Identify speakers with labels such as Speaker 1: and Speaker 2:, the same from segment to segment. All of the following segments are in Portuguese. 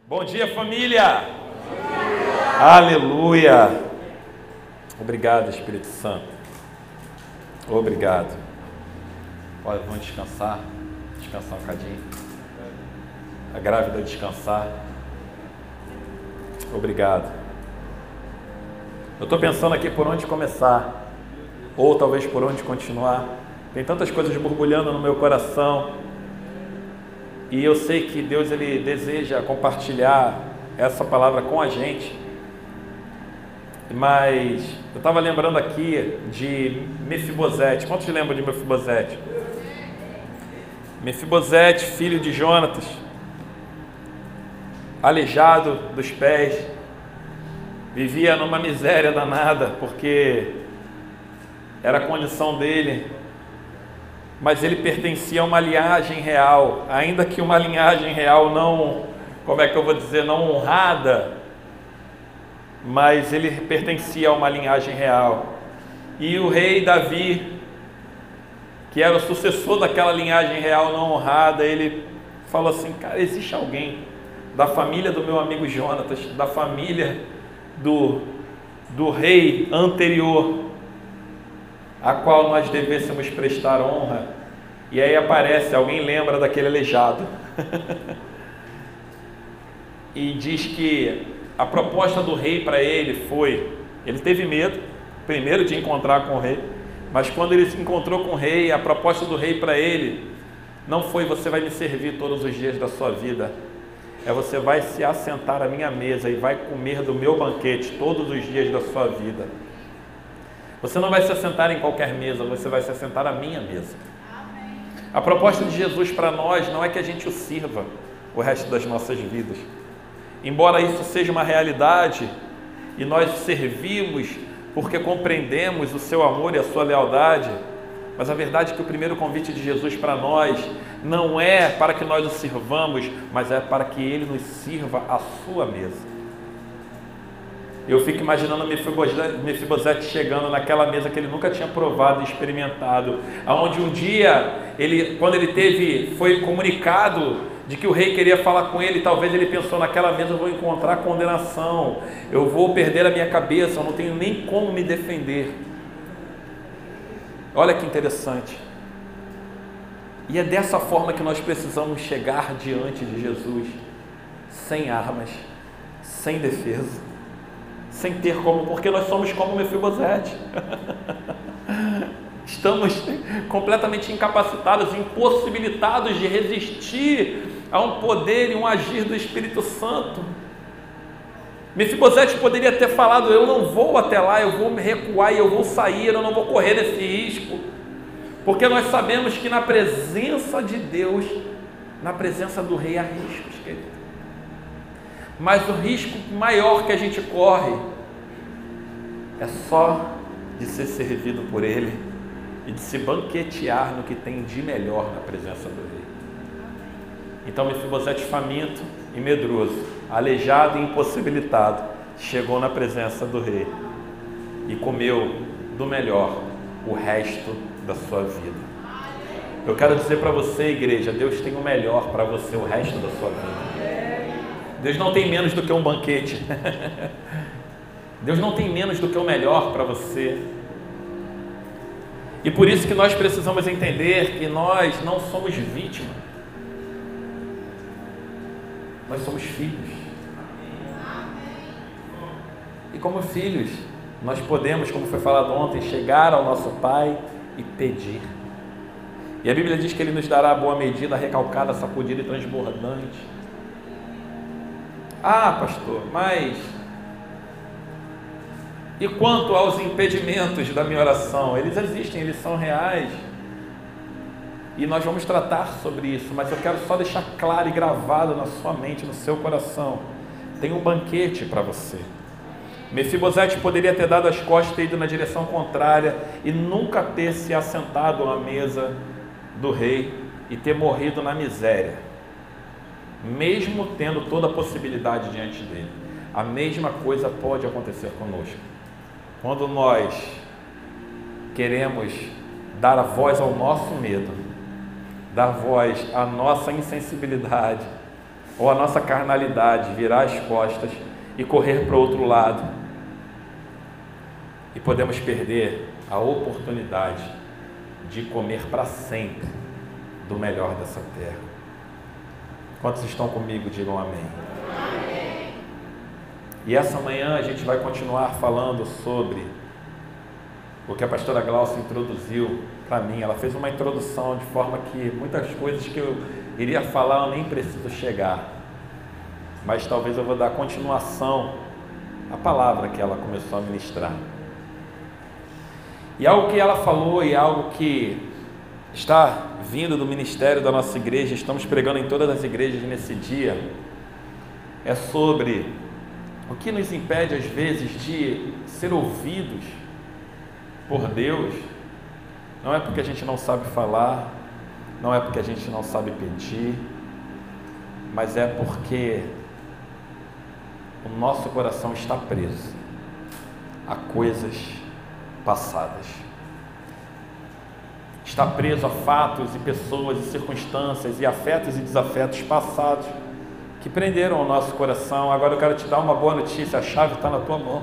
Speaker 1: Bom dia, família! Aleluia! Obrigado, Espírito Santo. Obrigado. Olha, vamos descansar um bocadinho. A grávida descansar. Obrigado. Eu estou pensando aqui por onde começar, ou talvez por onde continuar. Tem tantas coisas borbulhando no meu coração, e eu sei que Deus ele deseja compartilhar essa palavra com a gente. Mas eu estava lembrando aqui de Mefibosete. Quantos lembram de Mefibosete? Mefibosete, filho de Jonatas, aleijado dos pés, vivia numa miséria danada, porque era a condição dele, mas ele pertencia a uma linhagem real, ainda que uma linhagem real não, não honrada, mas ele pertencia a uma linhagem real. E o rei Davi, que era o sucessor daquela linhagem real não honrada, ele falou assim: cara, existe alguém da família do meu amigo Jonatas, da família do rei anterior, a qual nós devêssemos prestar honra. E aí aparece, alguém lembra daquele aleijado e diz que a proposta do rei para ele foi, ele teve medo primeiro de encontrar com o rei, mas quando ele se encontrou com o rei, a proposta do rei para ele não foi: você vai me servir todos os dias da sua vida, você vai se assentar à minha mesa e vai comer do meu banquete todos os dias da sua vida. Você não vai se assentar em qualquer mesa, você vai se assentar à minha mesa. Amém. A proposta de Jesus para nós não é que a gente o sirva o resto das nossas vidas. Embora isso seja uma realidade, e nós servimos porque compreendemos o seu amor e a sua lealdade, mas a verdade é que o primeiro convite de Jesus para nós não é para que nós o sirvamos, mas é para que ele nos sirva à sua mesa. Eu fico imaginando Mefibosete chegando naquela mesa que ele nunca tinha provado e experimentado, aonde um dia, quando ele foi comunicado de que o rei queria falar com ele, talvez ele pensou: naquela mesa eu vou encontrar condenação, eu vou perder a minha cabeça, eu não tenho nem como me defender. Olha que interessante. E é dessa forma que nós precisamos chegar diante de Jesus, sem armas, sem defesa, sem ter como, porque nós somos como Mefibosete. Estamos completamente incapacitados, impossibilitados de resistir a um poder e um agir do Espírito Santo. Mefibosete poderia ter falado: eu não vou até lá, eu vou me recuar e eu vou sair, eu não vou correr esse risco, porque nós sabemos que na presença de Deus, na presença do rei, há riscos, querido. Mas o risco maior que a gente corre é só de ser servido por ele e de se banquetear no que tem de melhor na presença do rei. Então Mefibosete, faminto e medroso, aleijado e impossibilitado, chegou na presença do rei e comeu do melhor o resto da sua vida. Eu quero dizer para você, igreja, Deus tem o melhor para você o resto da sua vida. Deus não tem menos do que um banquete. Deus não tem menos do que o melhor para você. E por isso que nós precisamos entender que nós não somos vítimas. Nós somos filhos. E como filhos, nós podemos, como foi falado ontem, chegar ao nosso Pai e pedir. E a Bíblia diz que Ele nos dará a boa medida, recalcada, sacudida e transbordante. Ah, pastor, mas e quanto aos impedimentos da minha oração? Eles existem, eles são reais. E nós vamos tratar sobre isso, mas eu quero só deixar claro e gravado na sua mente, no seu coração: tem um banquete para você. Mefibosete poderia ter dado as costas, ter ido na direção contrária e nunca ter se assentado à mesa do rei e ter morrido na miséria, mesmo tendo toda a possibilidade diante dele. A mesma coisa pode acontecer conosco. Quando nós queremos dar a voz ao nosso medo, dar voz à nossa insensibilidade, ou a nossa carnalidade virar as costas e correr para o outro lado, e podemos perder a oportunidade de comer para sempre do melhor dessa terra. Quantos estão comigo, digam amém. Amém. E essa manhã a gente vai continuar falando sobre o que a pastora Glaucia introduziu para mim. Ela fez uma introdução de forma que muitas coisas que eu iria falar eu nem preciso chegar, mas talvez eu vou dar continuação à palavra que ela começou a ministrar. E algo que ela falou e algo que está vindo do ministério da nossa igreja, estamos pregando em todas as igrejas nesse dia, é sobre o que nos impede às vezes de ser ouvidos por Deus. Não é porque a gente não sabe falar, não é porque a gente não sabe pedir, mas é porque o nosso coração está preso a coisas passadas. Está preso a fatos e pessoas e circunstâncias e afetos e desafetos passados que prenderam o nosso coração. Agora eu quero te dar uma boa notícia: a chave está na tua mão.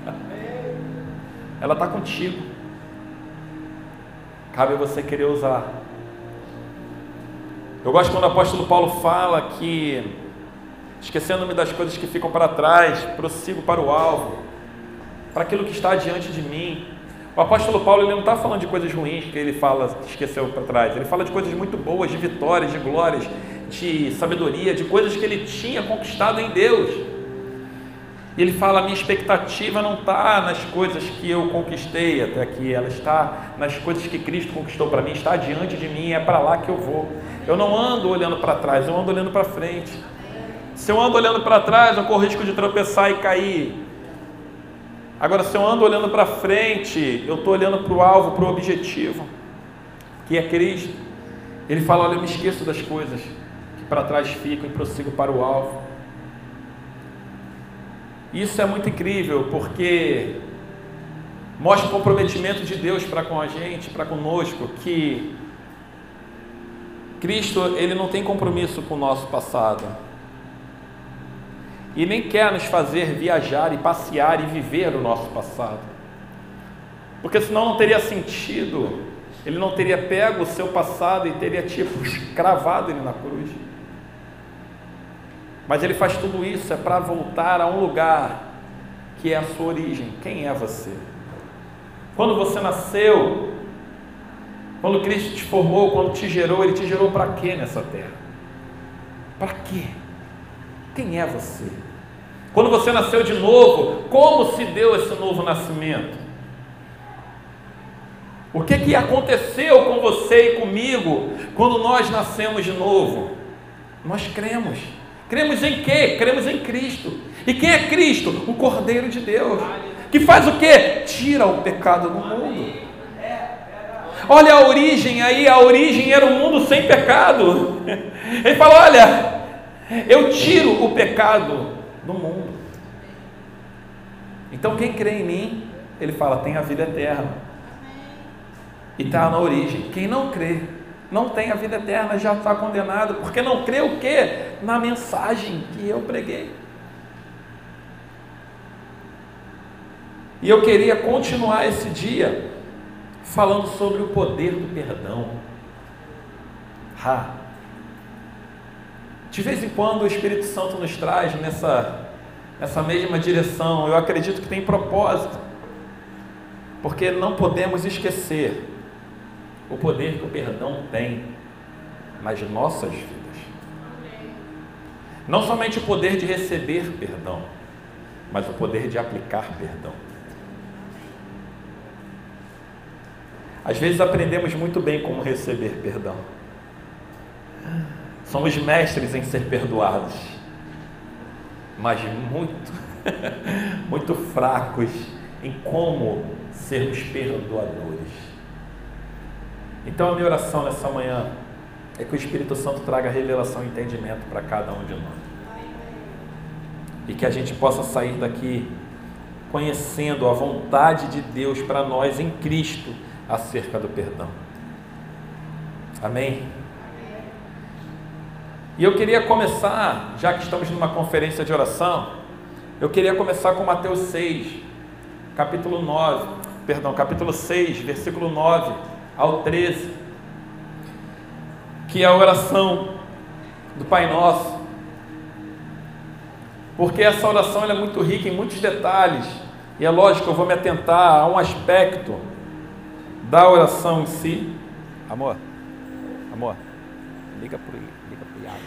Speaker 1: Ela está contigo. Cabe a você querer usar. Eu gosto quando o apóstolo Paulo fala que, esquecendo-me das coisas que ficam para trás, prossigo para o alvo, para aquilo que está diante de mim. O apóstolo Paulo, ele não está falando de coisas ruins que ele fala, esqueceu para trás. Ele fala de coisas muito boas, de vitórias, de glórias, de sabedoria, de coisas que ele tinha conquistado em Deus. E ele fala: a minha expectativa não está nas coisas que eu conquistei até aqui, ela está nas coisas que Cristo conquistou para mim, está diante de mim, é para lá que eu vou. Eu não ando olhando para trás, eu ando olhando para frente. Se eu ando olhando para trás, eu corro risco de tropeçar e cair. Agora, se eu ando olhando para frente, eu estou olhando para o alvo, para o objetivo, que é Cristo. Ele fala: olha, eu me esqueço das coisas que para trás ficam e prossigo para o alvo. Isso é muito incrível, porque mostra o comprometimento de Deus para com a gente, para conosco, que Cristo, ele não tem compromisso com o nosso passado, e nem quer nos fazer viajar e passear e viver o nosso passado, porque senão não teria sentido. Ele não teria pego o seu passado e teria cravado ele na cruz. Mas ele faz tudo isso para voltar a um lugar que é a sua origem. Quem é você? Quando você nasceu, quando Cristo te formou, quando te gerou, ele te gerou para quê nessa terra? Para quê? Quem é você? Quando você nasceu de novo, como se deu esse novo nascimento? O que aconteceu com você e comigo quando nós nascemos de novo? Nós cremos. Cremos em quê? Cremos em Cristo. E quem é Cristo? O Cordeiro de Deus, que faz o quê? Tira o pecado do mundo. Olha a origem aí, a origem era um mundo sem pecado. Ele fala: olha, eu tiro o pecado do mundo. Então quem crê em mim, ele fala, tem a vida eterna. E está na origem. Quem não crê, não tem a vida eterna, já está condenado, porque não crê o quê? Na mensagem que eu preguei. E eu queria continuar esse dia falando sobre o poder do perdão. De vez em quando o Espírito Santo nos traz nessa mesma direção. Eu acredito que tem propósito, porque não podemos esquecer o poder que o perdão tem nas nossas vidas. Não somente o poder de receber perdão, mas o poder de aplicar perdão. Às vezes aprendemos muito bem como receber perdão. Somos mestres em ser perdoados, mas muito fracos em como sermos perdoadores. Então a minha oração nessa manhã é que o Espírito Santo traga revelação e entendimento para cada um de nós. E que a gente possa sair daqui conhecendo a vontade de Deus para nós em Cristo acerca do perdão. Amém? E eu queria começar, já que estamos numa conferência de oração, eu queria começar com Mateus 6, capítulo 6, versículo 9 ao 13, que é a oração do Pai Nosso. Porque essa oração ela é muito rica em muitos detalhes, e é lógico que eu vou me atentar a um aspecto da oração em si. Amor, liga pro Iago.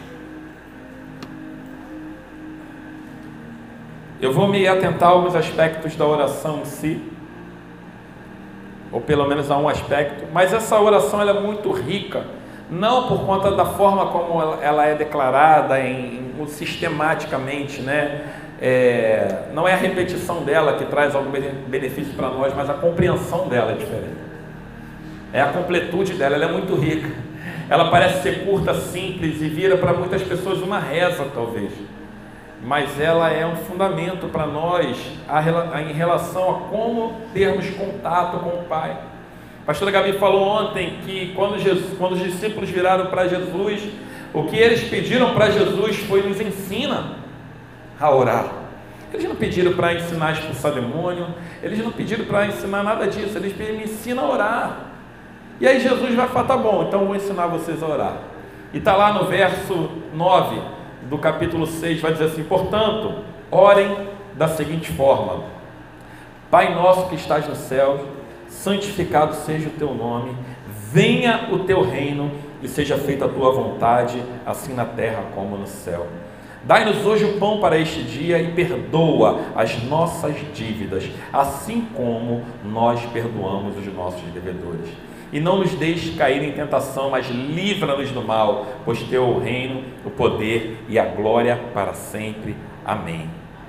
Speaker 1: Eu vou me atentar a alguns aspectos da oração em si, ou pelo menos a um aspecto, mas essa oração ela é muito rica, não por conta da forma como ela é declarada sistematicamente, né? Não é a repetição dela que traz algum benefício para nós, mas a compreensão dela é diferente. É a completude dela, ela é muito rica. Ela parece ser curta, simples e vira para muitas pessoas uma reza, talvez. Mas ela é um fundamento para nós em relação a como termos contato com o Pai. A pastora Gabi falou ontem que quando os discípulos viraram para Jesus, o que eles pediram para Jesus foi: nos ensina a orar. Eles não pediram para ensinar a expulsar demônio, eles não pediram para ensinar nada disso, eles pediram: me ensina a orar. E aí Jesus vai falar: tá bom, então vou ensinar vocês a orar. E está lá no verso 9 do capítulo 6, vai dizer assim: portanto, orem da seguinte forma: Pai nosso que estás no céu, santificado seja o teu nome, venha o teu reino e seja feita a tua vontade, assim na terra como no céu. Dai-nos hoje o pão para este dia e perdoa as nossas dívidas, assim como nós perdoamos os nossos devedores. E não nos deixes cair em tentação, mas livra-nos do mal, pois teu é o reino, o poder e a glória para sempre. Amém.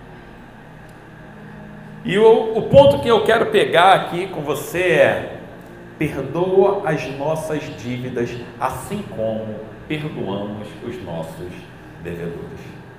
Speaker 1: E o ponto que eu quero pegar aqui com você é: perdoa as nossas dívidas, assim como perdoamos os nossos devedores.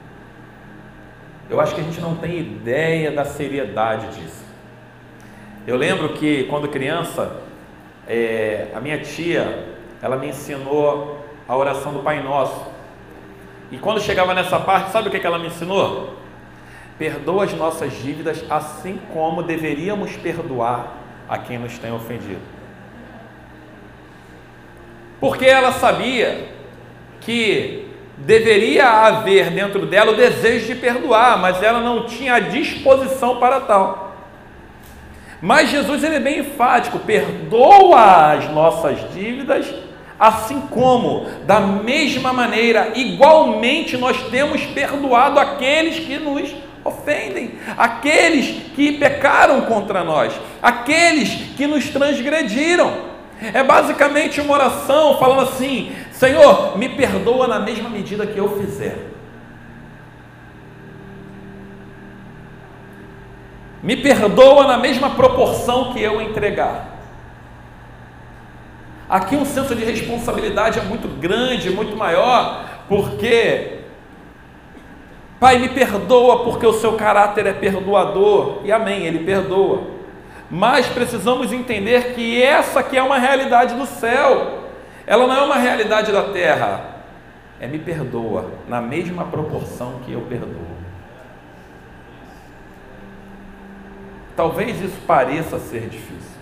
Speaker 1: Eu acho que a gente não tem ideia da seriedade disso. Eu lembro que quando criança, a minha tia, ela me ensinou a oração do Pai Nosso. E quando chegava nessa parte, sabe o que ela me ensinou? Perdoa as nossas dívidas, assim como deveríamos perdoar a quem nos tem ofendido. Porque ela sabia que deveria haver dentro dela o desejo de perdoar, mas ela não tinha a disposição para tal. Mas Jesus ele é bem enfático: perdoa as nossas dívidas, assim como, da mesma maneira, igualmente nós temos perdoado aqueles que nos ofendem, aqueles que pecaram contra nós, aqueles que nos transgrediram. É basicamente uma oração falando assim: Senhor, me perdoa na mesma medida que eu fizer. Me perdoa na mesma proporção que eu entregar. Aqui um senso de responsabilidade é muito grande, muito maior, porque Pai, me perdoa porque o seu caráter é perdoador, e amém, Ele perdoa. Mas precisamos entender que essa aqui é uma realidade do céu, ela não é uma realidade da terra. Me perdoa na mesma proporção que eu perdoo. Talvez isso pareça ser difícil.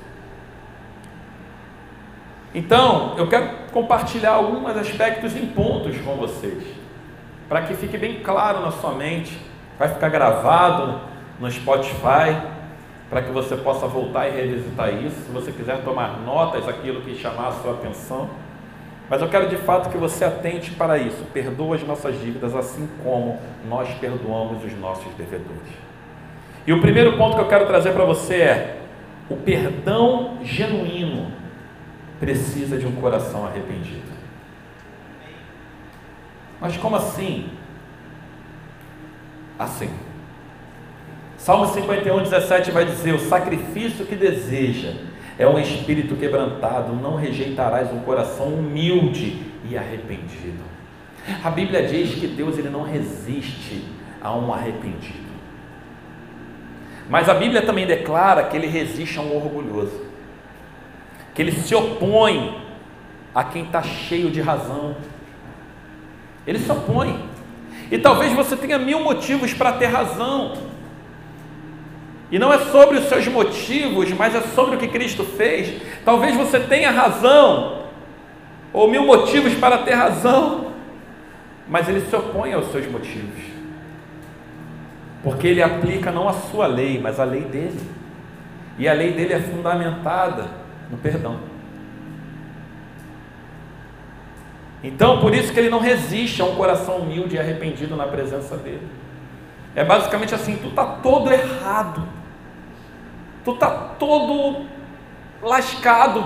Speaker 1: Então, eu quero compartilhar alguns aspectos em pontos com vocês, para que fique bem claro na sua mente. Vai ficar gravado no Spotify, para que você possa voltar e revisitar isso, se você quiser tomar notas, aquilo que chamar a sua atenção. Mas eu quero de fato que você atente para isso: perdoa as nossas dívidas, assim como nós perdoamos os nossos devedores. E o primeiro ponto que eu quero trazer para você é: o perdão genuíno precisa de um coração arrependido. Mas como assim? Assim. Salmo 51:17 vai dizer: o sacrifício que deseja é um espírito quebrantado, não rejeitarás um coração humilde e arrependido. A Bíblia diz que Deus ele não resiste a um arrependido, mas a Bíblia também declara que Ele resiste a um orgulhoso, que Ele se opõe a quem está cheio de razão, Ele se opõe. E talvez você tenha 1000 motivos para ter razão. E não é sobre os seus motivos, mas é sobre o que Cristo fez. Talvez você tenha razão, ou 1000 motivos para ter razão, mas ele se opõe aos seus motivos. Porque ele aplica não a sua lei, mas a lei dele. E a lei dele é fundamentada no perdão. Então, por isso que ele não resiste a um coração humilde e arrependido na presença dele. É basicamente assim: tu está todo errado, tu está todo lascado,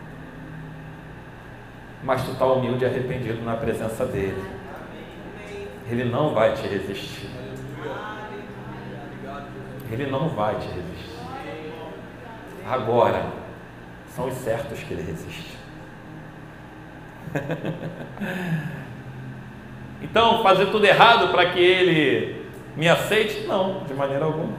Speaker 1: mas tu está humilde e arrependido na presença dele. Ele não vai te resistir. Ele não vai te resistir. Agora, são os certos que ele resiste. Então, fazer tudo errado para que ele me aceite? Não, de maneira alguma.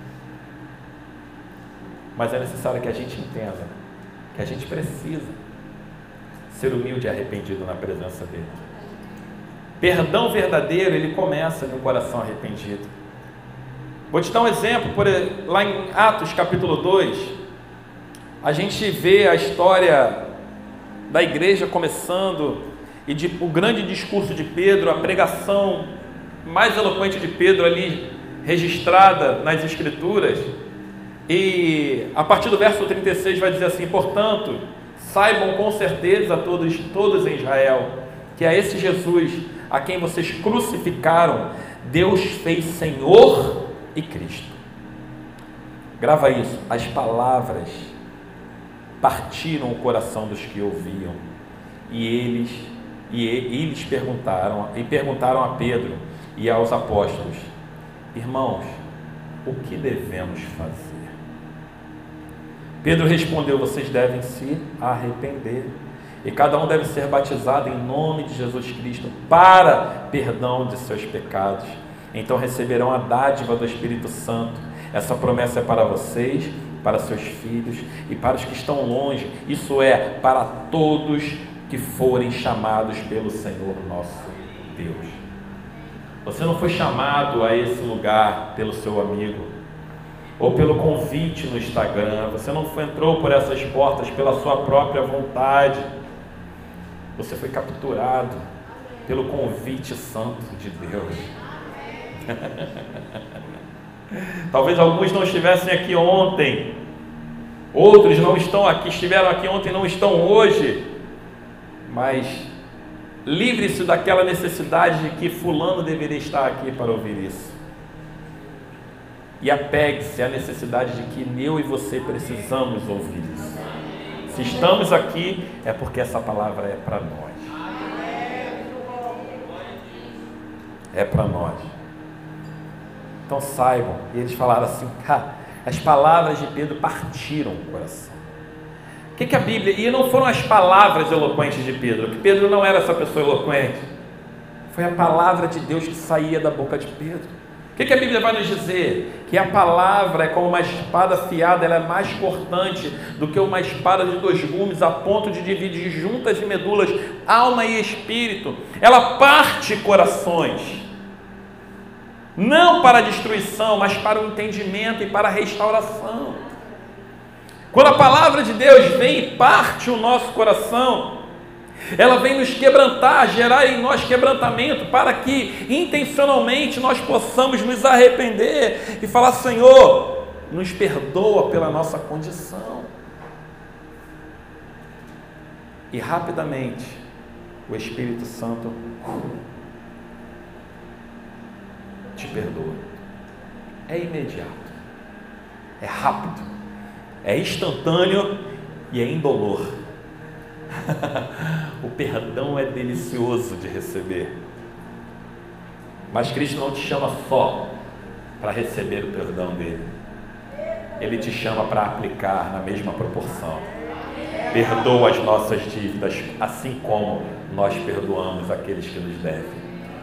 Speaker 1: Mas é necessário que a gente entenda que a gente precisa ser humilde e arrependido na presença dele. Perdão verdadeiro, ele começa no coração arrependido. Vou te dar um exemplo. Lá em Atos capítulo 2, a gente vê a história da igreja começando, e o grande discurso de Pedro, a pregação mais eloquente de Pedro ali registrada nas Escrituras. E a partir do verso 36 vai dizer assim: portanto, saibam com certeza todos em Israel, que a esse Jesus, a quem vocês crucificaram, Deus fez Senhor e Cristo. Grava isso: as palavras partiram o coração dos que ouviam, e eles perguntaram a Pedro e aos apóstolos: irmãos, o que devemos fazer? Pedro respondeu: vocês devem se arrepender, e cada um deve ser batizado em nome de Jesus Cristo para perdão de seus pecados. Então receberão a dádiva do Espírito Santo. Essa promessa é para vocês, para seus filhos e para os que estão longe, isso é, para todos que forem chamados pelo Senhor nosso Deus. Você não foi chamado a esse lugar pelo seu amigo, ou pelo convite no Instagram. Você não entrou por essas portas pela sua própria vontade. Você foi capturado pelo convite santo de Deus. Talvez alguns não estivessem aqui ontem, outros não estão aqui, estiveram aqui ontem e não estão hoje, mas livre-se daquela necessidade de que fulano deveria estar aqui para ouvir isso, e apegue-se à necessidade de que eu e você precisamos ouvir isso. Se estamos aqui, é porque essa palavra é para nós. É para nós. Então saibam, e eles falaram assim: as palavras de Pedro partiram o coração. O que a Bíblia, e não foram as palavras eloquentes de Pedro, que Pedro não era essa pessoa eloquente, foi a palavra de Deus que saía da boca de Pedro. O que a Bíblia vai nos dizer? Que a palavra é como uma espada afiada, ela é mais cortante do que uma espada de 2 gumes, a ponto de dividir juntas e medulas, alma e espírito. Ela parte corações, não para a destruição, mas para o entendimento e para a restauração. Quando a palavra de Deus vem e parte o nosso coração, ela vem nos quebrantar, gerar em nós quebrantamento, para que intencionalmente nós possamos nos arrepender e falar: Senhor, nos perdoa pela nossa condição. E rapidamente o Espírito Santo te perdoa. É imediato, é rápido, é instantâneo e é indolor. O perdão é delicioso de receber, mas Cristo não te chama só para receber o perdão dele, ele te chama para aplicar na mesma proporção. Perdoa as nossas dívidas, assim como nós perdoamos aqueles que nos devem.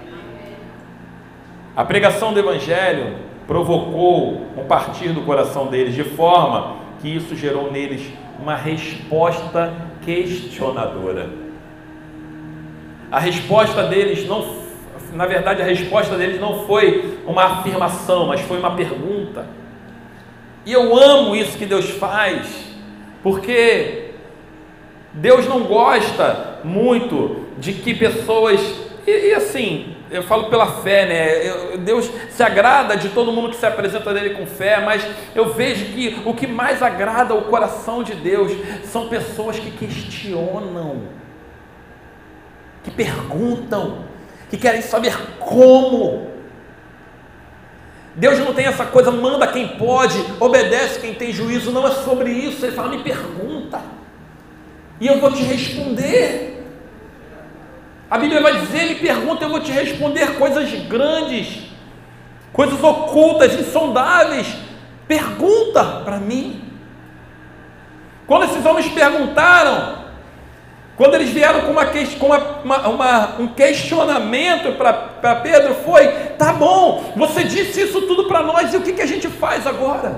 Speaker 1: A pregação do Evangelho provocou um partir do coração deles, de forma que isso gerou neles uma resposta questionadora. A resposta deles não na verdade a resposta deles não foi uma afirmação, mas foi uma pergunta. E eu amo isso que Deus faz, porque Deus não gosta muito de que pessoas, e assim, eu falo pela fé, né? Deus se agrada de todo mundo que se apresenta dele com fé, mas eu vejo que o que mais agrada o coração de Deus são pessoas que questionam, que perguntam, que querem saber como. Deus não tem essa coisa, manda quem pode, obedece quem tem juízo, não é sobre isso. Ele fala, me pergunta, e eu vou te responder. A Bíblia vai dizer, me pergunta, eu vou te responder coisas grandes, coisas ocultas, insondáveis. Pergunta para mim. Quando esses homens perguntaram, quando eles vieram com um questionamento para Pedro, foi, tá bom, você disse isso tudo para nós, e o que a gente faz agora?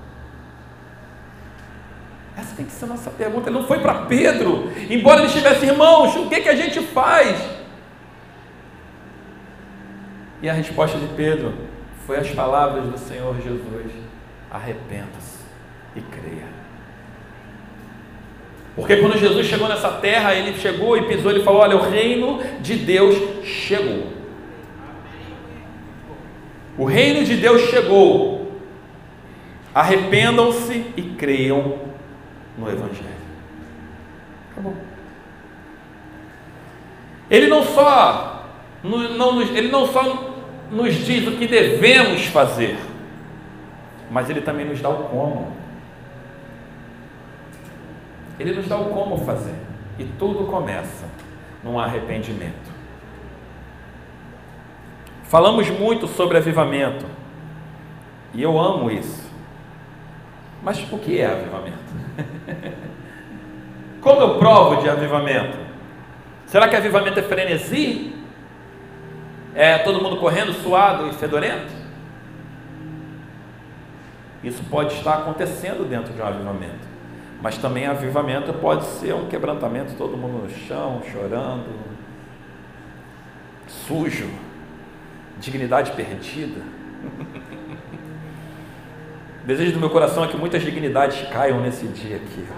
Speaker 1: Essa tem que ser a nossa pergunta. Ele não foi para Pedro, embora ele estivesse, irmãos, o que a gente faz? E a resposta de Pedro foi as palavras do Senhor Jesus: arrependa-se e creia. Porque quando Jesus chegou nessa terra, ele chegou e pisou, ele falou, olha, o reino de Deus chegou. O reino de Deus chegou. Arrependam-se e creiam no Evangelho. Acabou. Ele não só nos diz o que devemos fazer, mas ele também nos dá o como. Ele nos dá o como fazer. E tudo começa num arrependimento. Falamos muito sobre avivamento, e eu amo isso. Mas o que é avivamento? Como eu provo de avivamento? Será que avivamento é frenesi? É todo mundo correndo, suado e fedorento? Isso pode estar acontecendo dentro de um avivamento. Mas também avivamento pode ser um quebrantamento, todo mundo no chão, chorando, sujo, dignidade perdida. O desejo do meu coração é que muitas dignidades caiam nesse dia aqui.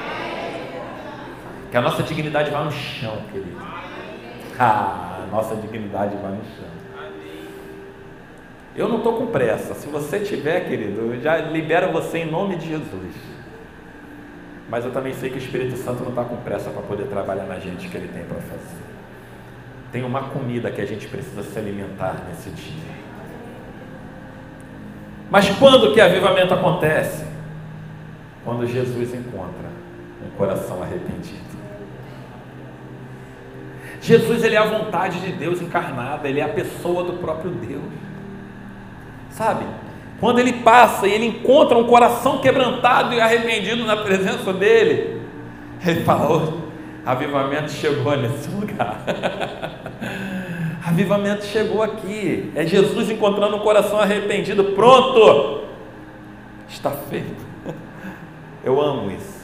Speaker 1: Que a nossa dignidade vá no chão, querido. A nossa dignidade vai no chão. Eu não estou com pressa. Se você tiver, querido, eu já libero você em nome de Jesus. Mas eu também sei que o Espírito Santo não está com pressa para poder trabalhar na gente que ele tem para fazer. Tem uma comida que a gente precisa se alimentar nesse dia. Mas quando que avivamento acontece? Quando Jesus encontra um coração arrependido. Jesus, ele é a vontade de Deus encarnada, ele é a pessoa do próprio Deus. Sabe? Quando ele passa e ele encontra um coração quebrantado e arrependido na presença dele, ele falou, avivamento chegou nesse lugar. Avivamento chegou aqui. É Jesus encontrando um coração arrependido. Pronto, está feito. Eu amo isso.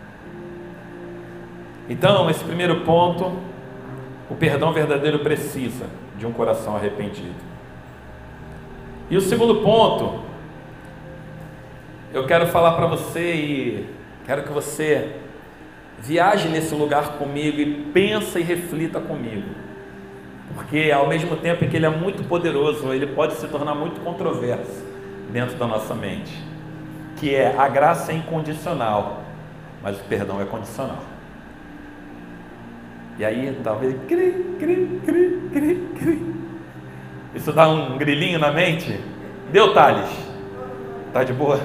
Speaker 1: Então, esse primeiro ponto, o perdão verdadeiro precisa de um coração arrependido. E o segundo ponto, eu quero falar para você, e quero que você viaje nesse lugar comigo e pense e reflita comigo, porque ao mesmo tempo em que ele é muito poderoso, ele pode se tornar muito controverso dentro da nossa mente, que é a graça é incondicional, mas o perdão é condicional. E aí talvez isso dá um grilinho na mente. Deu, Thales? Tá de boa?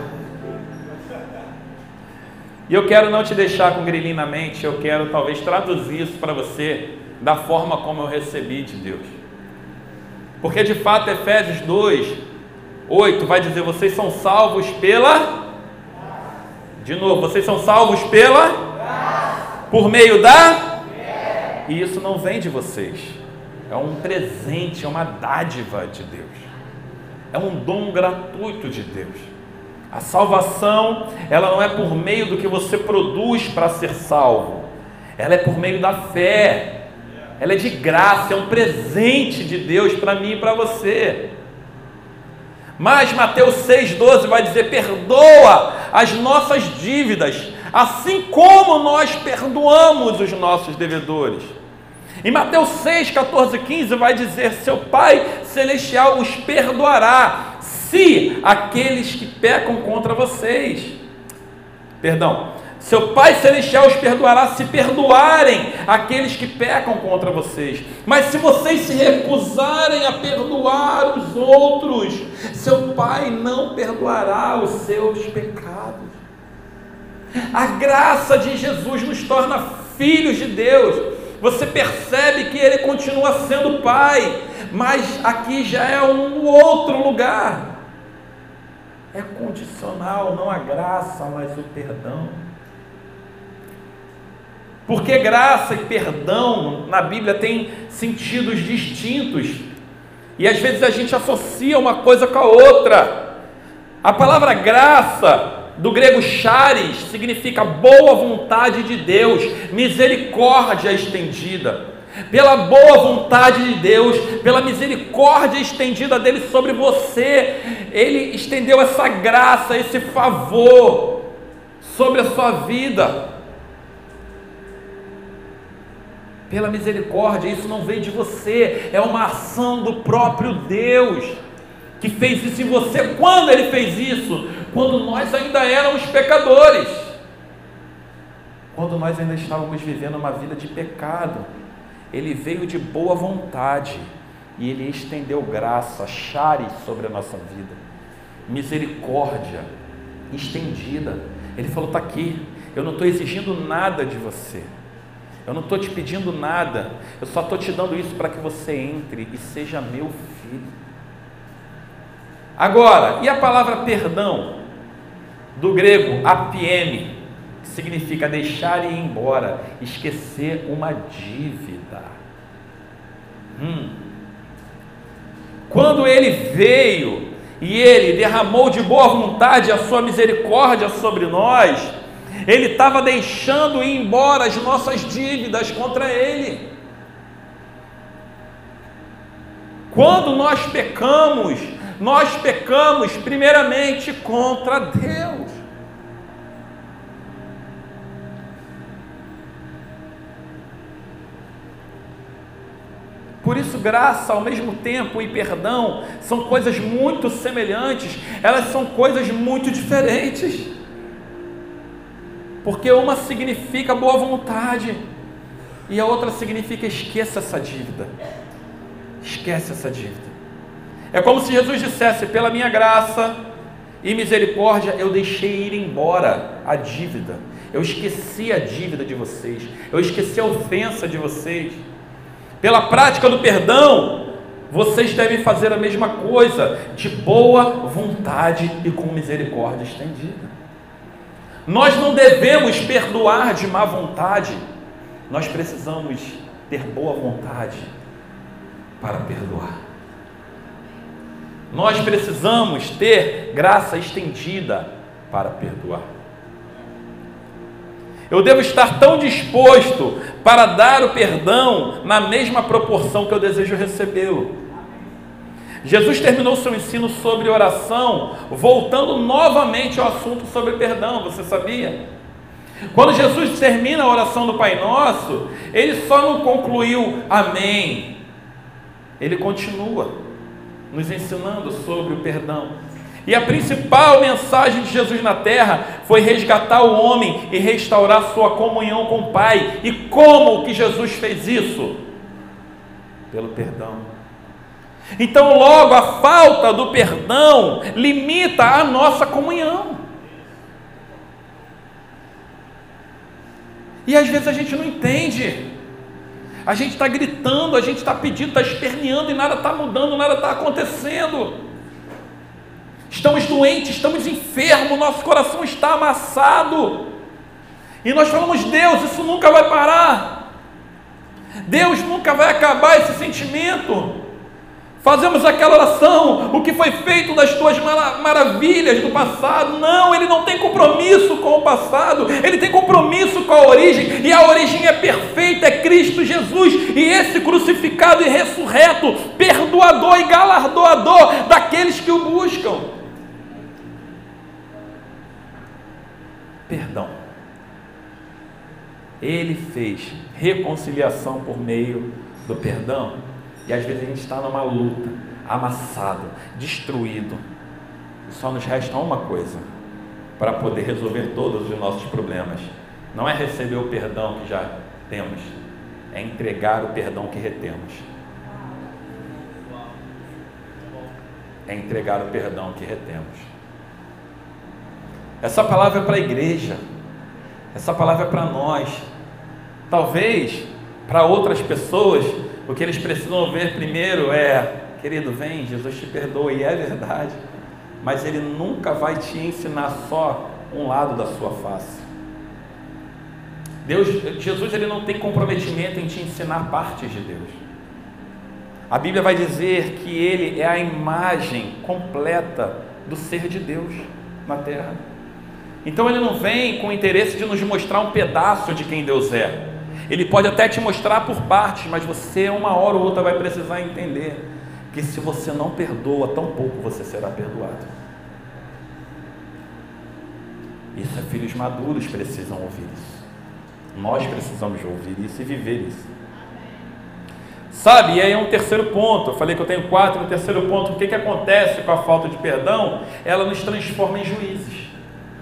Speaker 1: E eu quero não te deixar com grilinho na mente, eu quero talvez traduzir isso para você da forma como eu recebi de Deus. Porque de fato Efésios 2:8 vai dizer, vocês são salvos pela... De novo, vocês são salvos pela... Por meio da... E isso não vem de vocês. É um presente, é uma dádiva de Deus. É um dom gratuito de Deus. A salvação, ela não é por meio do que você produz para ser salvo. Ela é por meio da fé. ela é de graça, é um presente de Deus para mim e para você. Mas Mateus 6,12 vai dizer: perdoa as nossas dívidas, assim como nós perdoamos os nossos devedores. Em Mateus 6, 14, 15 vai dizer: seu Pai Celestial os perdoará, se aqueles que pecam contra vocês. Seu Pai Celestial os perdoará se perdoarem aqueles que pecam contra vocês. Mas se vocês se recusarem a perdoar os outros, seu Pai não perdoará os seus pecados. A graça de Jesus nos torna filhos de Deus. Você percebe que Ele continua sendo Pai, mas aqui já é um outro lugar. É condicional, não a graça, mas o perdão. Porque graça e perdão na Bíblia tem sentidos distintos, e às vezes a gente associa uma coisa com a outra. A palavra graça, do grego charis, significa boa vontade de Deus, misericórdia estendida. Pela boa vontade de Deus, pela misericórdia estendida dele sobre você, ele estendeu essa graça, esse favor sobre a sua vida. Pela misericórdia, isso não veio de você, é uma ação do próprio Deus, que fez isso em você. Quando Ele fez isso? Quando nós ainda éramos pecadores, quando nós ainda estávamos vivendo uma vida de pecado. Ele veio de boa vontade, e Ele estendeu graça, charis, sobre a nossa vida, misericórdia estendida. Ele falou: está aqui, eu não estou exigindo nada de você, eu não estou te pedindo nada, eu só estou te dando isso para que você entre e seja meu filho. Agora, e a palavra perdão, do grego apieme, que significa deixar e ir embora, esquecer uma dívida. Quando Ele veio e Ele derramou de boa vontade a sua misericórdia sobre nós, Ele estava deixando ir embora as nossas dívidas contra Ele. Quando nós pecamos primeiramente contra Deus. Por isso, graça ao mesmo tempo e perdão são coisas muito semelhantes, elas são coisas muito diferentes. Porque uma significa boa vontade e a outra significa esqueça essa dívida. Esquece essa dívida. É como se Jesus dissesse: pela minha graça e misericórdia eu deixei ir embora a dívida. Eu esqueci a dívida de vocês. Eu esqueci a ofensa de vocês. Pela prática do perdão, vocês devem fazer a mesma coisa, de boa vontade e com misericórdia estendida. Nós não devemos perdoar de má vontade, nós precisamos ter boa vontade para perdoar. Nós precisamos ter graça estendida para perdoar. Eu devo estar tão disposto para dar o perdão na mesma proporção que eu desejo recebê-lo. Jesus terminou seu ensino sobre oração, voltando novamente ao assunto sobre perdão, você sabia? Quando Jesus termina a oração do Pai Nosso, Ele só não concluiu amém, Ele continua nos ensinando sobre o perdão. E a principal mensagem de Jesus na terra foi resgatar o homem e restaurar sua comunhão com o Pai. E como que Jesus fez isso? Pelo perdão. Então, logo, a falta do perdão limita a nossa comunhão. E às vezes a gente não entende. A gente está gritando, a gente está pedindo, está esperneando e nada está mudando, nada está acontecendo. Estamos doentes, estamos enfermos, nosso coração está amassado. E nós falamos: Deus, isso nunca vai parar. Deus nunca vai acabar esse sentimento. Fazemos aquela oração, o que foi feito das tuas maravilhas do passado. Não, ele não tem compromisso com o passado, ele tem compromisso com a origem, e a origem é perfeita, é Cristo Jesus, e esse crucificado e ressurreto, perdoador e galardoador daqueles que o buscam. Perdão. Ele fez reconciliação por meio do perdão. E às vezes a gente está numa luta, amassado, destruído. E só nos resta uma coisa para poder resolver todos os nossos problemas. Não é receber o perdão que já temos, é entregar o perdão que retemos. É entregar o perdão que retemos. Essa palavra é para a igreja. Essa palavra é para nós. Talvez para outras pessoas o que eles precisam ver primeiro é: querido, vem, Jesus te perdoa, e é verdade, mas Ele nunca vai te ensinar só um lado da sua face. Jesus, Ele não tem comprometimento em te ensinar partes de Deus. A Bíblia vai dizer que Ele é a imagem completa do ser de Deus na terra. Então Ele não vem com o interesse de nos mostrar um pedaço de quem Deus é. Ele pode até te mostrar por partes, mas você uma hora ou outra vai precisar entender que se você não perdoa, tão pouco você será perdoado. Isso é, filhos maduros precisam ouvir isso. Nós precisamos ouvir isso e viver isso. Sabe, e aí é um terceiro ponto. Eu falei que eu tenho 4, no terceiro ponto, o que acontece com a falta de perdão? Ela nos transforma em juízes.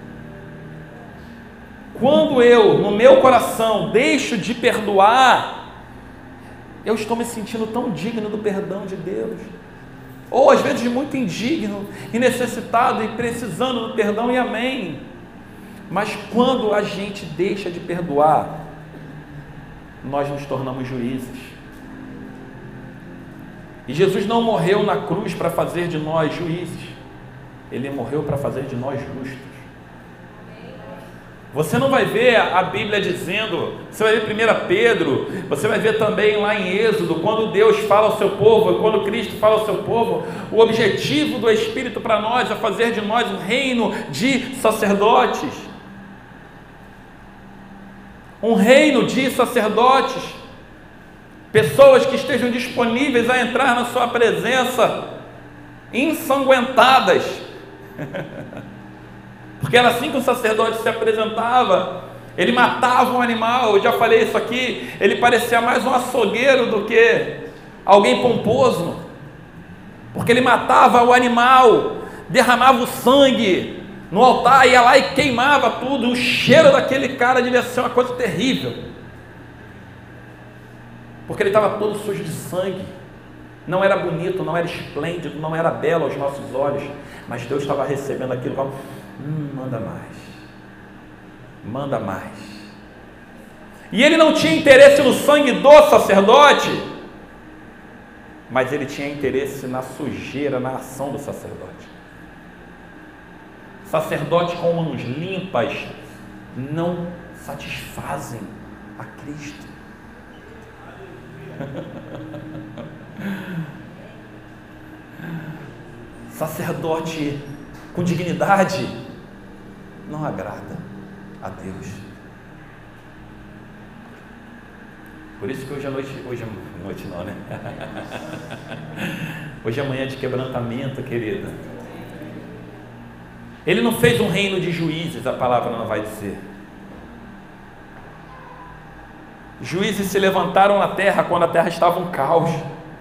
Speaker 1: Quando eu, no meu coração, deixo de perdoar, eu estou me sentindo tão digno do perdão de Deus. Ou às vezes muito indigno e necessitado e precisando do perdão, e amém. Mas quando a gente deixa de perdoar, nós nos tornamos juízes. E Jesus não morreu na cruz para fazer de nós juízes. Ele morreu para fazer de nós justos. Você não vai ver a Bíblia dizendo, você vai ver 1 Pedro, você vai ver também lá em Êxodo, quando Deus fala ao seu povo, quando Cristo fala ao seu povo, o objetivo do Espírito para nós é fazer de nós um reino de sacerdotes. Um reino de sacerdotes, pessoas que estejam disponíveis a entrar na sua presença, ensanguentadas, porque era assim que o sacerdote se apresentava. Ele matava um animal, eu já falei isso aqui, ele parecia mais um açougueiro do que alguém pomposo, porque ele matava o animal, derramava o sangue no altar, ia lá e queimava tudo. O cheiro daquele cara devia ser uma coisa terrível, porque ele estava todo sujo de sangue. Não era bonito, não era esplêndido, não era belo aos nossos olhos, mas Deus estava recebendo aquilo como, manda mais, manda mais. E ele não tinha interesse no sangue do sacerdote, mas ele tinha interesse na sujeira, na ação do sacerdote. Sacerdotes com mãos limpas não satisfazem a Cristo. Sacerdote com dignidade não agrada a Deus. Por isso que hoje à noite não, né? Hoje é manhã de quebrantamento, querida. Ele não fez um reino de juízes, a palavra não vai dizer. Juízes se levantaram na terra quando a terra estava um caos.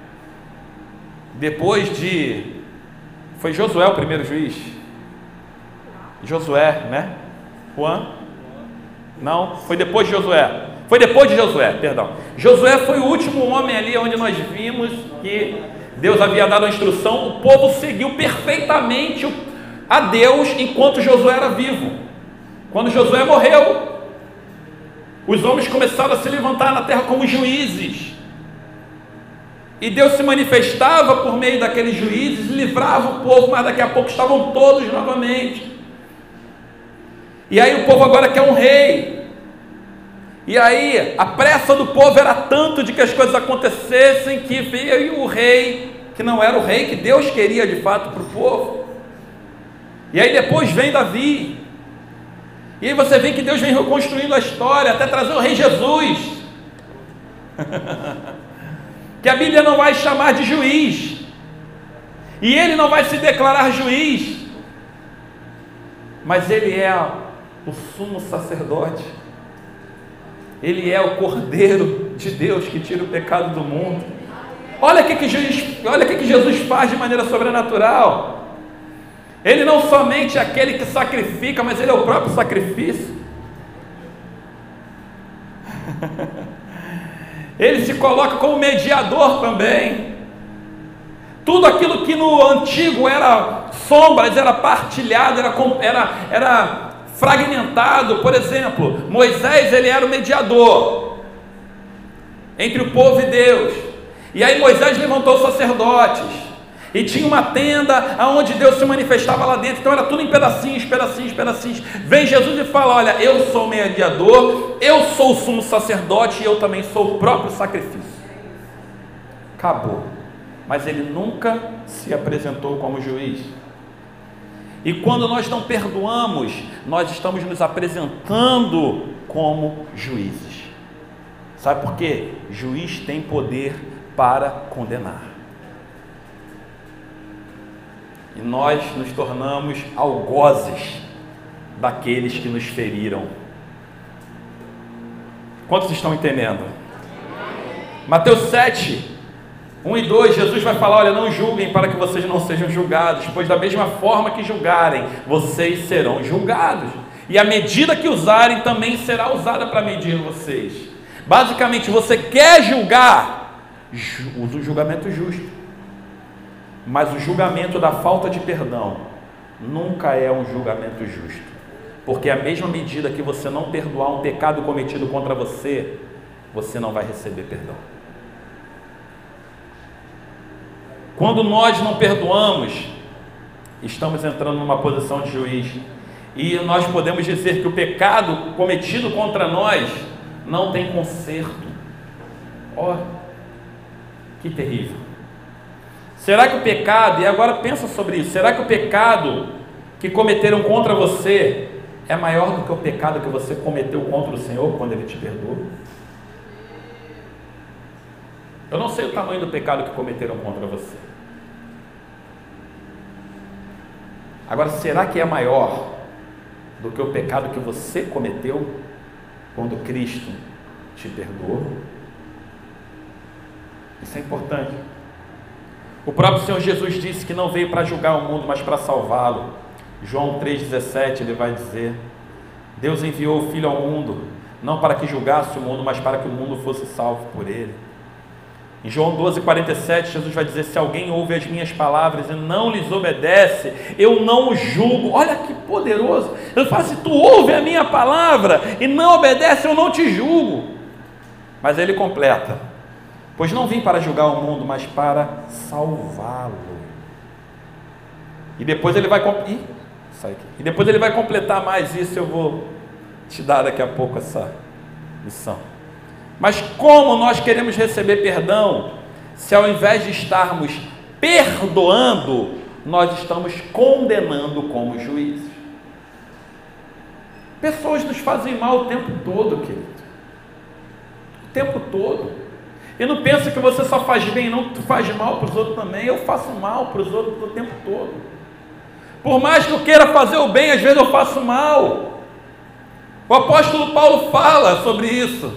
Speaker 1: Depois de... Foi Josué o primeiro juiz? Josué, né? Juan? Não, foi depois de Josué. Foi depois de Josué, perdão. Josué foi o último homem ali onde nós vimos que Deus havia dado a instrução. O povo seguiu perfeitamente a Deus enquanto Josué era vivo. Quando Josué morreu, os homens começaram a se levantar na terra como juízes. E Deus se manifestava por meio daqueles juízes, livrava o povo, mas daqui a pouco estavam todos novamente. E aí o povo agora quer um rei. E aí a pressa do povo era tanto de que as coisas acontecessem, que veio o rei que não era o rei que Deus queria de fato para o povo. E aí depois vem Davi, e aí você vê que Deus vem reconstruindo a história, até trazer o rei Jesus, que a Bíblia não vai chamar de juiz, e ele não vai se declarar juiz, mas ele é o sumo sacerdote, ele é o Cordeiro de Deus que tira o pecado do mundo. Olha o que Jesus faz de maneira sobrenatural. Ele não somente é aquele que sacrifica, mas ele é o próprio sacrifício. Ele se coloca como mediador também. Tudo aquilo que no antigo era sombras, era partilhado, era fragmentado. Por exemplo, Moisés, ele era o mediador entre o povo e Deus. E aí Moisés levantou os sacerdotes, e tinha uma tenda onde Deus se manifestava lá dentro. Então era tudo em pedacinhos, pedacinhos, pedacinhos. Vem Jesus e fala: olha, eu sou o mediador, eu sou o sumo sacerdote, e eu também sou o próprio sacrifício. Acabou. Mas ele nunca se apresentou como juiz. E quando nós não perdoamos, nós estamos nos apresentando como juízes. Sabe por quê? Juiz tem poder para condenar. E nós nos tornamos algozes daqueles que nos feriram. Quantos estão entendendo? Mateus 7, 1 e 2, Jesus vai falar: olha, não julguem para que vocês não sejam julgados, pois da mesma forma que julgarem, vocês serão julgados, e a medida que usarem também será usada para medir vocês. Basicamente, você quer julgar, usa o julgamento justo. Mas o julgamento da falta de perdão nunca é um julgamento justo, porque a mesma medida que você não perdoar um pecado cometido contra você, você não vai receber perdão. Quando nós não perdoamos, estamos entrando numa posição de juiz, e nós podemos dizer que o pecado cometido contra nós não tem conserto. Ó, que terrível. Será que o pecado, e agora pensa sobre isso, será que o pecado que cometeram contra você é maior do que o pecado que você cometeu contra o Senhor quando Ele te perdoou? Eu não sei o tamanho do pecado que cometeram contra você. Agora, será que é maior do que o pecado que você cometeu quando Cristo te perdoou? Isso é importante. O próprio Senhor Jesus disse que não veio para julgar o mundo, mas para salvá-lo. João 3,17, ele vai dizer: Deus enviou o Filho ao mundo, não para que julgasse o mundo, mas para que o mundo fosse salvo por ele. Em João 12,47, Jesus vai dizer: se alguém ouve as minhas palavras e não lhes obedece, eu não o julgo. Olha que poderoso. Ele fala: se tu ouve a minha palavra e não obedece, eu não te julgo. Mas ele completa: pois não vim para julgar o mundo, mas para salvá-lo. E depois ele vai completar mais isso. Eu vou te dar daqui a pouco essa lição. Mas como nós queremos receber perdão, se ao invés de estarmos perdoando, nós estamos condenando como juízes? Pessoas nos fazem mal o tempo todo, querido. O tempo todo. E não pensa que você só faz bem, não, tu faz mal para os outros também. Eu faço mal para os outros o tempo todo. Por mais que eu queira fazer o bem, às vezes eu faço mal. O apóstolo Paulo fala sobre isso.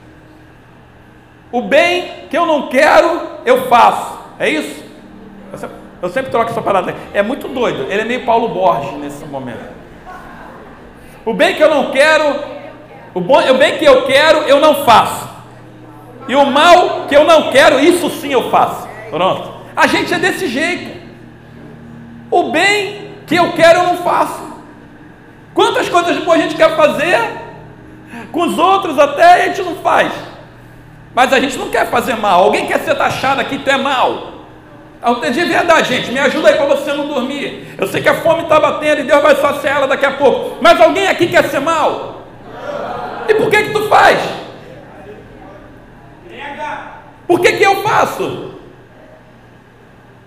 Speaker 1: O bem que eu não quero, eu faço. É isso? Eu sempre troco essa parada. É muito doido. Ele é meio Paulo Borges nesse momento. O bem que eu não quero, o bem que eu quero, eu não faço. E o mal que eu não quero, isso sim eu faço. Pronto. A gente é desse jeito. O bem que eu quero, eu não faço. Quantas coisas boas a gente quer fazer, com os outros até, a gente não faz. Mas a gente não quer fazer mal. Alguém quer ser taxado aqui, tu é mal. De verdade, gente, me ajuda aí para você não dormir. Eu sei que a fome está batendo e Deus vai saciar ela daqui a pouco. Mas alguém aqui quer ser mal? E por que tu faz? Por que eu faço?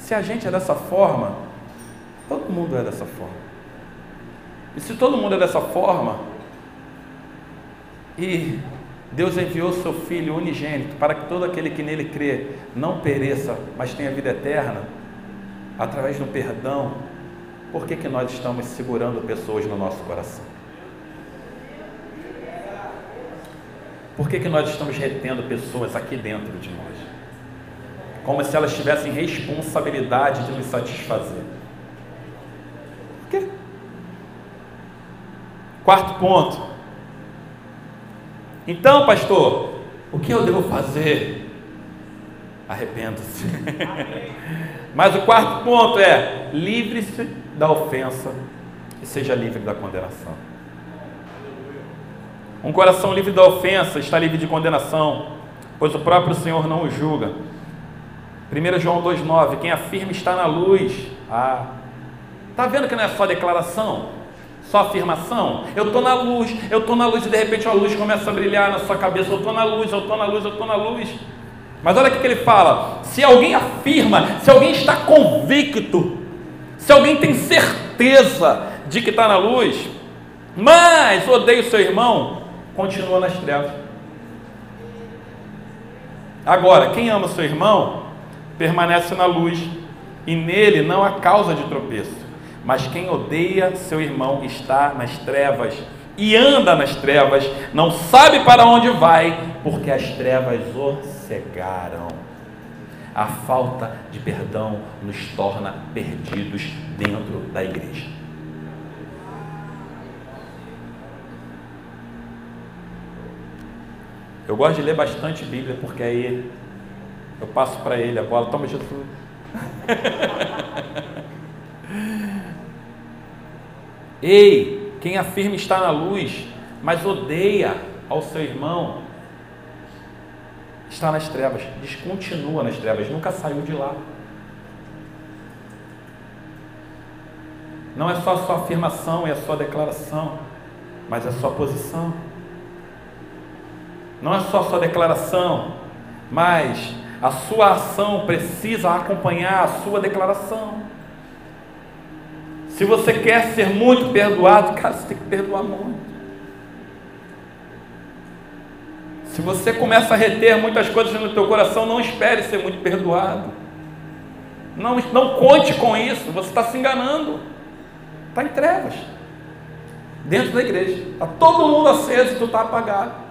Speaker 1: Se a gente é dessa forma, todo mundo é dessa forma. E se todo mundo é dessa forma, e Deus enviou seu Filho unigênito para que todo aquele que nele crê não pereça, mas tenha vida eterna, através do perdão, por que nós estamos segurando pessoas no nosso coração? Por que nós estamos retendo pessoas aqui dentro de nós? Como se elas tivessem responsabilidade de nos satisfazer. Por quê? Quarto ponto. Então, pastor, o que eu devo fazer? Arrependa-se. Mas o quarto ponto é: livre-se da ofensa e seja livre da condenação. Um coração livre da ofensa está livre de condenação, pois o próprio Senhor não o julga. 1 João 2,9: quem afirma está na luz. Está vendo que não é só declaração, só afirmação? Eu estou na luz, e de repente a luz começa a brilhar na sua cabeça. Eu estou na luz, eu estou na luz, eu estou na luz. Mas olha o que ele fala: se alguém afirma, se alguém está convicto, se alguém tem certeza de que está na luz, mas odeia o seu irmão, continua nas trevas. Agora, quem ama o seu irmão, permanece na luz, e nele não há causa de tropeço. Mas quem odeia seu irmão está nas trevas, e anda nas trevas, não sabe para onde vai, porque as trevas o cegaram. A falta de perdão nos torna perdidos dentro da igreja. Eu gosto de ler bastante Bíblia, porque aí eu passo para ele a bola. Toma, Jesus. Ei, quem afirma estar na luz, mas odeia ao seu irmão, está nas trevas, descontinua nas trevas, nunca saiu de lá. Não é só a sua afirmação e a sua declaração, mas a sua posição. Não é só a sua declaração, mas a sua ação precisa acompanhar a sua declaração. Se você quer ser muito perdoado, cara, você tem que perdoar muito. Se você começa a reter muitas coisas no teu coração, não espere ser muito perdoado. Não conte com isso, você está se enganando. Está em trevas. Dentro da igreja. Está todo mundo aceso e tu está apagado.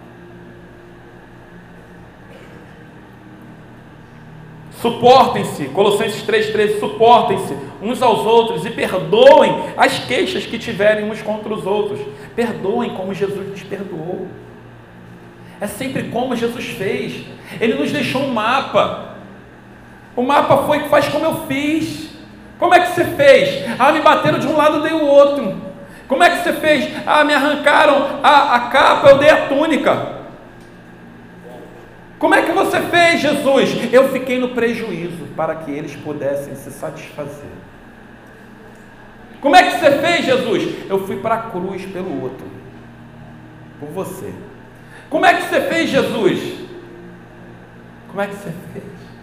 Speaker 1: Suportem-se, Colossenses 3,13, suportem-se uns aos outros e perdoem as queixas que tiverem uns contra os outros. Perdoem como Jesus nos perdoou. É sempre como Jesus fez. Ele nos deixou um mapa. O mapa foi: faz como eu fiz. Como é que você fez? Me bateram de um lado, eu dei o outro. Como é que você fez? Me arrancaram a capa, eu dei a túnica. Como é que você fez, Jesus? Eu fiquei no prejuízo para que eles pudessem se satisfazer. Como é que você fez, Jesus? Eu fui para a cruz pelo outro, por você. Como é que você fez, Jesus? Como é que você fez?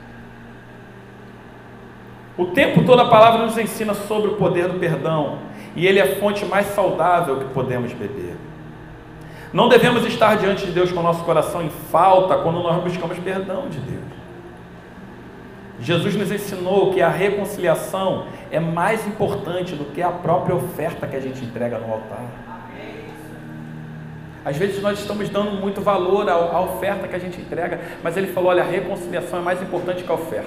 Speaker 1: O tempo todo a palavra nos ensina sobre o poder do perdão, e ele é a fonte mais saudável que podemos beber. Não devemos estar diante de Deus com o nosso coração em falta quando nós buscamos perdão de Deus. Jesus nos ensinou que a reconciliação é mais importante do que a própria oferta que a gente entrega no altar. Às vezes nós estamos dando muito valor à oferta que a gente entrega, mas ele falou: olha, a reconciliação é mais importante que a oferta.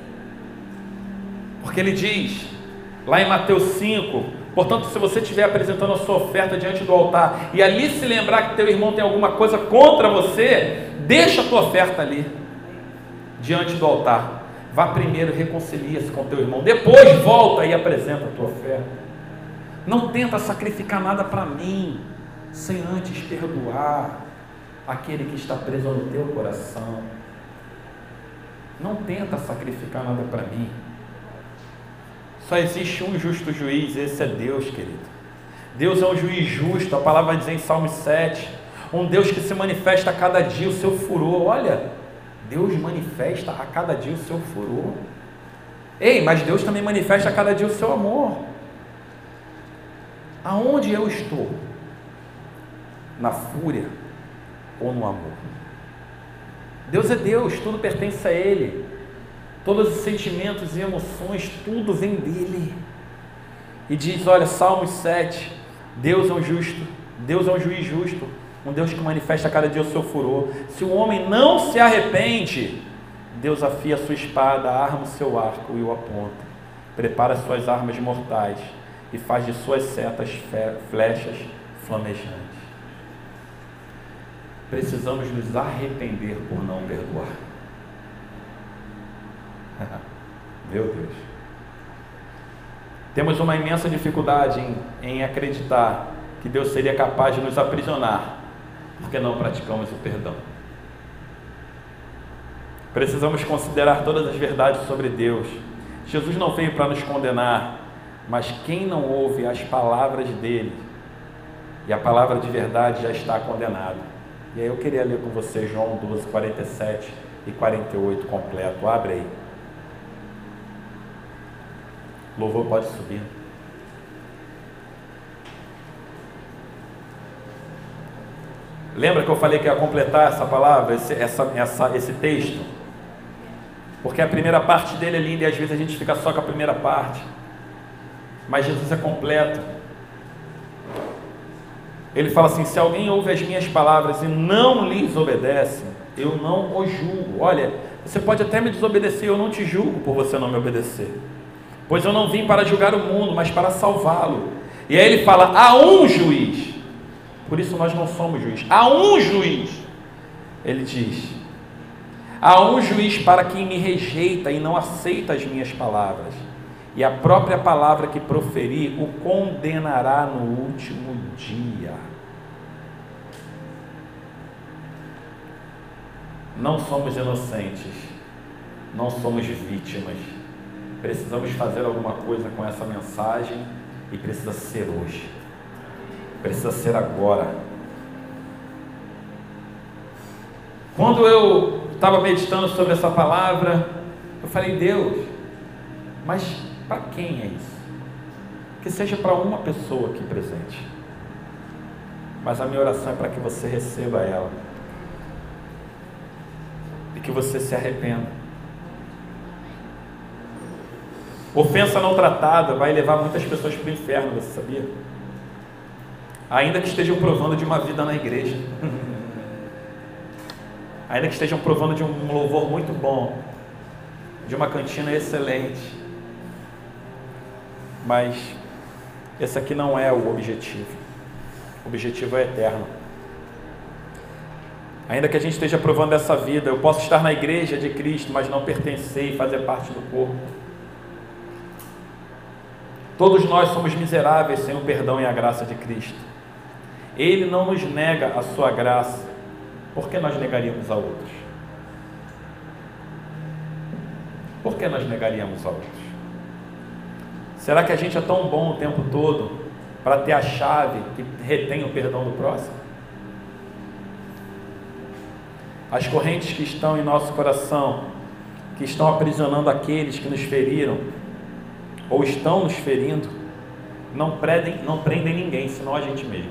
Speaker 1: Porque ele diz, lá em Mateus 5, portanto, se você estiver apresentando a sua oferta diante do altar, e ali se lembrar que teu irmão tem alguma coisa contra você, deixa a tua oferta ali, diante do altar. Vá primeiro, reconcilia-se com teu irmão, depois volta e apresenta a tua oferta. Não tenta sacrificar nada para mim, sem antes perdoar aquele que está preso no teu coração. Não tenta sacrificar nada para mim. Só existe um justo juiz, esse é Deus, querido. Deus é um juiz justo, a palavra vai dizer em Salmo 7, um Deus que se manifesta a cada dia o seu furor. Olha, Deus manifesta a cada dia o seu furor. Ei, mas Deus também manifesta a cada dia o seu amor. Aonde eu estou? Na fúria ou no amor? Deus é Deus, tudo pertence a Ele. Todos os sentimentos e emoções, tudo vem dEle. E diz, olha, Salmos 7, Deus é um justo, Deus é um juiz justo, um Deus que manifesta a cada dia o seu furor. Se o homem não se arrepende, Deus afia a sua espada, arma o seu arco e o aponta, prepara as suas armas mortais e faz de suas setas flechas flamejantes. Precisamos nos arrepender por não perdoar. Meu Deus. Temos uma imensa dificuldade em acreditar que Deus seria capaz de nos aprisionar, porque não praticamos o perdão. Precisamos considerar todas as verdades sobre Deus. Jesus não veio para nos condenar, mas quem não ouve as palavras dele, e a palavra de verdade já está condenado. E aí eu queria ler com você João 12, 47 e 48 completo. Abre aí. O louvor pode subir. Lembra que eu falei que ia completar essa palavra, esse texto? Porque a primeira parte dele é linda e às vezes a gente fica só com a primeira parte. Mas Jesus é completo. Ele fala assim: se alguém ouve as minhas palavras e não lhes obedece, eu não o julgo. Olha, você pode até me desobedecer, eu não te julgo por você não me obedecer. Pois eu não vim para julgar o mundo, mas para salvá-lo. E aí ele fala: há um juiz. Por isso nós não somos juiz. Há um juiz. Ele diz: há um juiz para quem me rejeita e não aceita as minhas palavras. E a própria palavra que proferi o condenará no último dia. Não somos inocentes, não somos vítimas. Precisamos fazer alguma coisa com essa mensagem e precisa ser hoje. Precisa ser agora. Quando eu estava meditando sobre essa palavra, eu falei: Deus, mas para quem é isso? Que seja para uma pessoa aqui presente. Mas a minha oração é para que você receba ela e que você se arrependa. Ofensa não tratada vai levar muitas pessoas para o inferno, você sabia? Ainda que estejam provando de uma vida na igreja, ainda que estejam provando de um louvor muito bom, de uma cantina excelente, mas esse aqui não é o objetivo. O objetivo é eterno. Ainda que a gente esteja provando essa vida, eu posso estar na igreja de Cristo, mas não pertencer e fazer parte do corpo. Todos nós somos miseráveis sem o perdão e a graça de Cristo. Ele não nos nega a sua graça. Por que nós negaríamos a outros? Por que nós negaríamos a outros? Será que a gente é tão bom o tempo todo para ter a chave que retém o perdão do próximo? As correntes que estão em nosso coração, que estão aprisionando aqueles que nos feriram, ou estão nos ferindo, não prendem ninguém, senão a gente mesmo.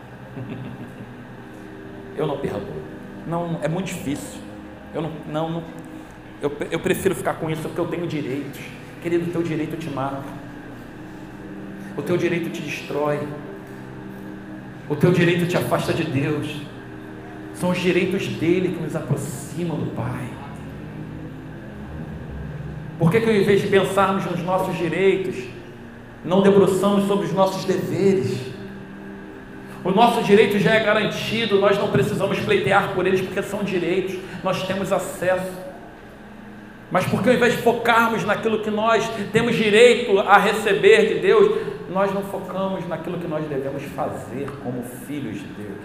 Speaker 1: Eu não perdoo. Não, é muito difícil. Eu prefiro ficar com isso porque eu tenho direitos. Querido, o teu direito te mata. O teu direito te destrói. O teu direito te afasta de Deus. São os direitos dele que nos aproximam do Pai. Por que ao invés de pensarmos nos nossos direitos, não debruçamos sobre os nossos deveres? O nosso direito já é garantido, nós não precisamos pleitear por eles porque são direitos, nós temos acesso. Mas por que ao invés de focarmos naquilo que nós temos direito a receber de Deus, nós não focamos naquilo que nós devemos fazer como filhos de Deus?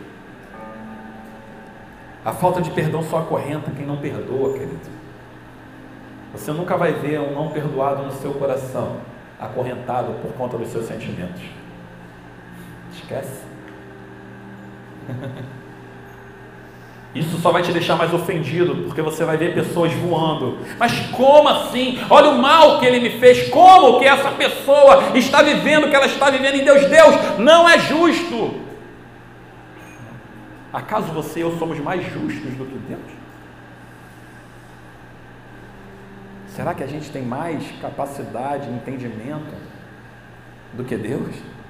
Speaker 1: A falta de perdão só acorrenta quem não perdoa, querido. Você nunca vai ver um não perdoado no seu coração, acorrentado por conta dos seus sentimentos. Esquece. Isso só vai te deixar mais ofendido, porque você vai ver pessoas voando. Mas como assim? Olha o mal que ele me fez. Como que essa pessoa está vivendo o que ela está vivendo em Deus? Deus não é justo. Acaso você e eu somos mais justos do que Deus? Será que a gente tem mais capacidade, entendimento do que Deus?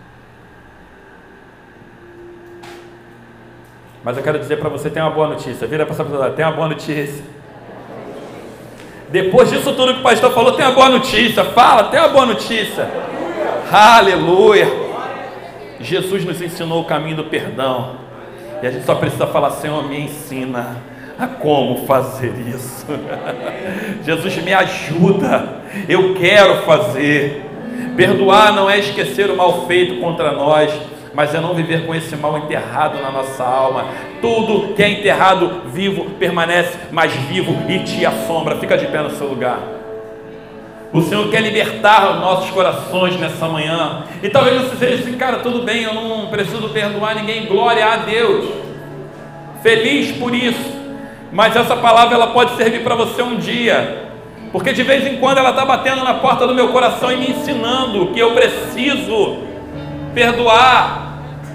Speaker 1: Mas eu quero dizer para você, tem uma boa notícia. Vira para essa pessoa, tem uma boa notícia. Depois disso tudo que o pastor falou, tem uma boa notícia. Fala, tem uma boa notícia. Aleluia. Jesus nos ensinou o caminho do perdão. E a gente só precisa falar, Senhor, me ensina a como fazer isso. Jesus, me ajuda. Eu quero fazer. Perdoar não é esquecer o mal feito contra nós, mas é não viver com esse mal enterrado na nossa alma. Tudo que é enterrado vivo permanece mais vivo e te assombra. Fica de pé no seu lugar. O Senhor quer libertar os nossos corações nessa manhã. E talvez você seja assim, cara, tudo bem, eu não preciso perdoar ninguém. Glória a Deus. Feliz por isso. Mas essa palavra ela pode servir para você um dia. Porque de vez em quando ela está batendo na porta do meu coração e me ensinando que eu preciso perdoar.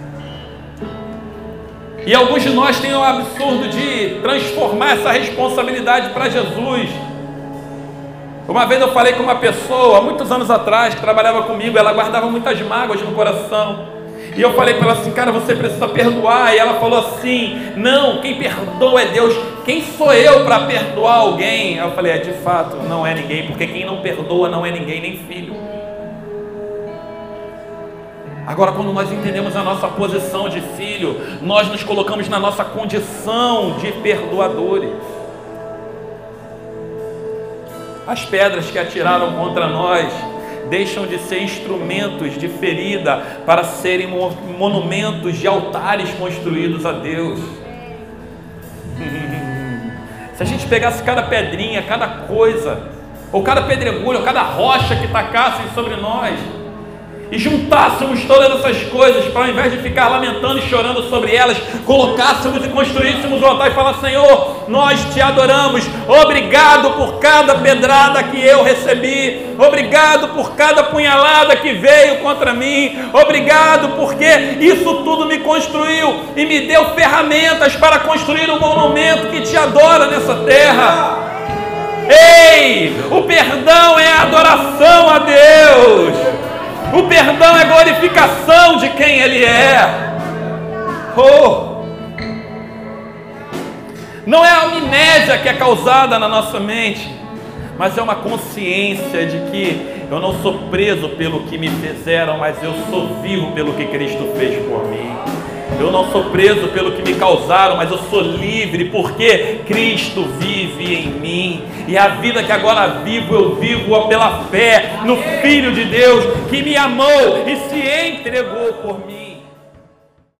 Speaker 1: E alguns de nós têm o absurdo de transformar essa responsabilidade para Jesus. Uma vez eu falei com uma pessoa, muitos anos atrás, que trabalhava comigo, ela guardava muitas mágoas no coração. E eu falei para ela assim, cara, você precisa perdoar. E ela falou assim, não, quem perdoa é Deus. Quem sou eu para perdoar alguém? Eu falei, de fato, não é ninguém, porque quem não perdoa não é ninguém, nem filho. Agora, quando nós entendemos a nossa posição de filho, nós nos colocamos na nossa condição de perdoadores. As pedras que atiraram contra nós deixam de ser instrumentos de ferida para serem monumentos de altares construídos a Deus. Se a gente pegasse cada pedrinha, cada coisa, ou cada pedregulho, ou cada rocha que tacassem sobre nós, e juntássemos todas essas coisas, para ao invés de ficar lamentando e chorando sobre elas, colocássemos e construíssemos o altar e falar, Senhor, nós te adoramos, obrigado por cada pedrada que eu recebi, obrigado por cada punhalada que veio contra mim, obrigado porque isso tudo me construiu e me deu ferramentas para construir um monumento que te adora nessa terra. Ei, o perdão é adoração a Deus. O perdão é glorificação de quem Ele é. Não é a amnésia que é causada na nossa mente, mas é uma consciência de que eu não sou preso pelo que me fizeram, mas eu sou vivo pelo que Cristo fez por mim. Eu não sou preso pelo que me causaram, mas eu sou livre porque Cristo vive em mim. E a vida que agora vivo, eu vivo pela fé no Filho de Deus que me amou e se entregou por mim.